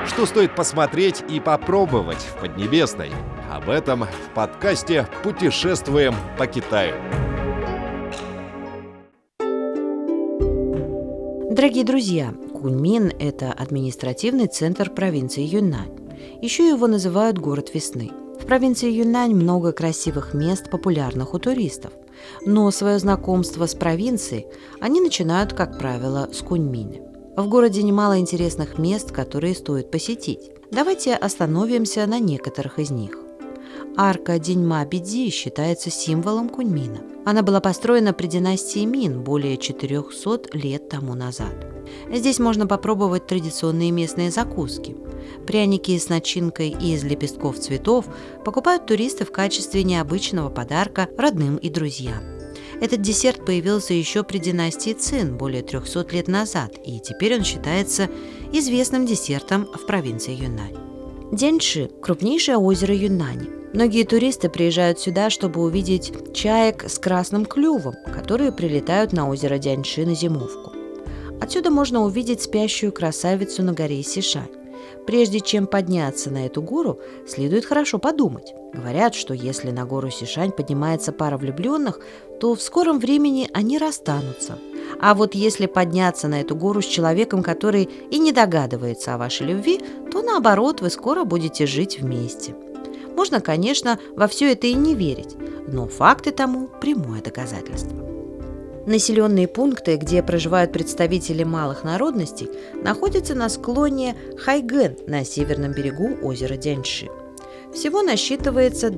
Что стоит посмотреть и попробовать в Поднебесной? Об этом в подкасте «Путешествуем по Китаю». Дорогие друзья, Куньмин – это административный центр провинции Юньнань. Еще его называют «город весны». В провинции Юньнань много красивых мест, популярных у туристов. Но свое знакомство с провинцией они начинают, как правило, с Куньмина. В городе немало интересных мест, которые стоит посетить. Давайте остановимся на некоторых из них. Арка Диньма-Бидзи считается символом Куньмина. Она была построена при династии Мин более 400 лет тому назад. Здесь можно попробовать традиционные местные закуски. Пряники с начинкой из лепестков цветов покупают туристы в качестве необычного подарка родным и друзьям. Этот десерт появился еще при династии Цин более 300 лет назад, и теперь он считается известным десертом в провинции Юньнань. Дяньши – крупнейшее озеро Юньнани. Многие туристы приезжают сюда, чтобы увидеть чаек с красным клювом, которые прилетают на озеро Дяньши на зимовку. Отсюда можно увидеть спящую красавицу на горе Сишань. Прежде чем подняться на эту гору, следует хорошо подумать. Говорят, что если на гору Сишань поднимается пара влюбленных, то в скором времени они расстанутся. А вот если подняться на эту гору с человеком, который и не догадывается о вашей любви, то наоборот, вы скоро будете жить вместе. Можно, конечно, во все это и не верить, но факты тому прямое доказательство. Населенные пункты, где проживают представители малых народностей, находятся на склоне Хайгэн на северном берегу озера Дяньши. Всего насчитывается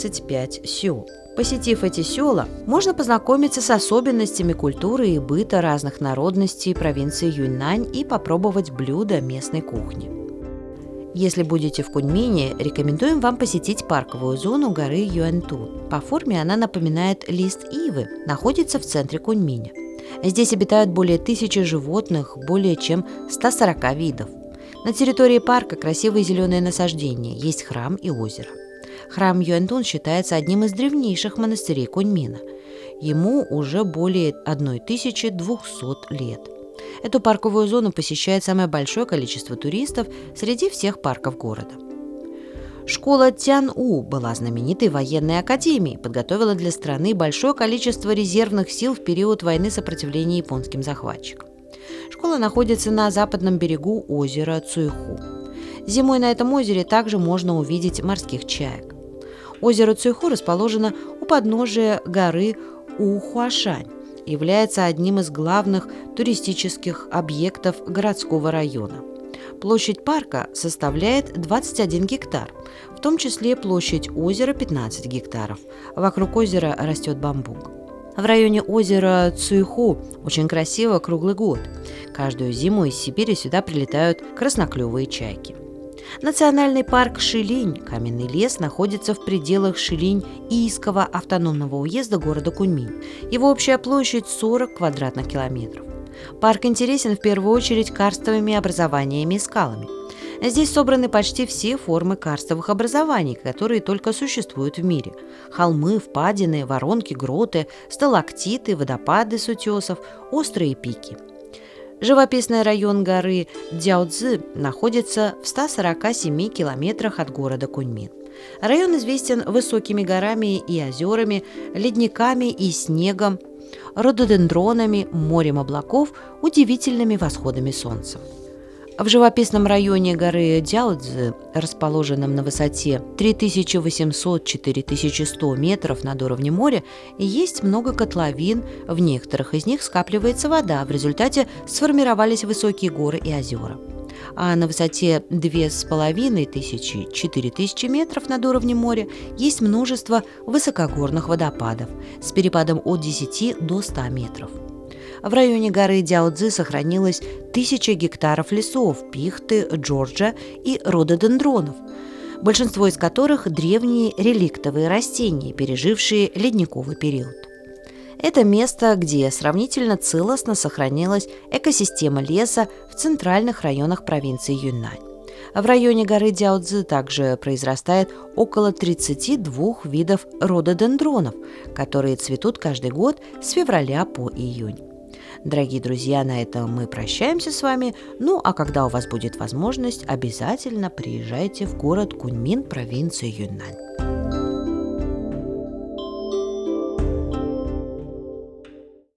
25 сел. Посетив эти села, можно познакомиться с особенностями культуры и быта разных народностей провинции Юньнань и попробовать блюда местной кухни. Если будете в Куньмине, рекомендуем вам посетить парковую зону горы Юаньтун. По форме она напоминает лист ивы, находится в центре Куньминя. Здесь обитают более 1000 животных, более чем 140 видов. На территории парка красивые зеленые насаждения, есть храм и озеро. Храм Юаньтун считается одним из древнейших монастырей Куньмина. Ему уже более 1200 лет. Эту парковую зону посещает самое большое количество туристов среди всех парков города. Школа Тян-У была знаменитой военной академией, подготовила для страны большое количество резервных сил в период войны сопротивления японским захватчикам. Школа находится на западном берегу озера Цуйху. Зимой на этом озере также можно увидеть морских чаек. Озеро Цуйху расположено у подножия горы Ухуашань, является одним из главных туристических объектов городского района. Площадь парка составляет 21 гектар, в том числе площадь озера 15 гектаров. Вокруг озера растет бамбук. В районе озера Цуйху очень красиво круглый год. Каждую зиму из Сибири сюда прилетают красноклювые чайки. Национальный парк Шилинь, каменный лес, находится в пределах Шилинь-Ийского автономного уезда города Куньмин. Его общая площадь 40 квадратных километров. Парк интересен в первую очередь карстовыми образованиями и скалами. Здесь собраны почти все формы карстовых образований, которые только существуют в мире. Холмы, впадины, воронки, гроты, сталактиты, водопады с утесов, острые пики. Живописный район горы Дяоцзы находится в 147 километрах от города Куньмин. Район известен высокими горами и озерами, ледниками и снегом, рододендронами, морем облаков, удивительными восходами солнца. В живописном районе горы Дяоцзы, расположенном на высоте 3800-4100 метров над уровнем моря, есть много котловин, в некоторых из них скапливается вода, в результате сформировались высокие горы и озера. А на высоте 2500-4000 метров над уровнем моря есть множество высокогорных водопадов с перепадом от 10 до 100 метров. В районе горы Дяоцзы сохранилось 1000 гектаров лесов, пихты, джорджа и рододендронов, большинство из которых древние реликтовые растения, пережившие ледниковый период. Это место, где сравнительно целостно сохранилась экосистема леса в центральных районах провинции Юньнань. В районе горы Дяоцзы также произрастает около 32 видов рододендронов, которые цветут каждый год с февраля по июнь. Дорогие друзья, на этом мы прощаемся с вами. Ну, а когда у вас будет возможность, обязательно приезжайте в город Куньмин, провинция Юньнань.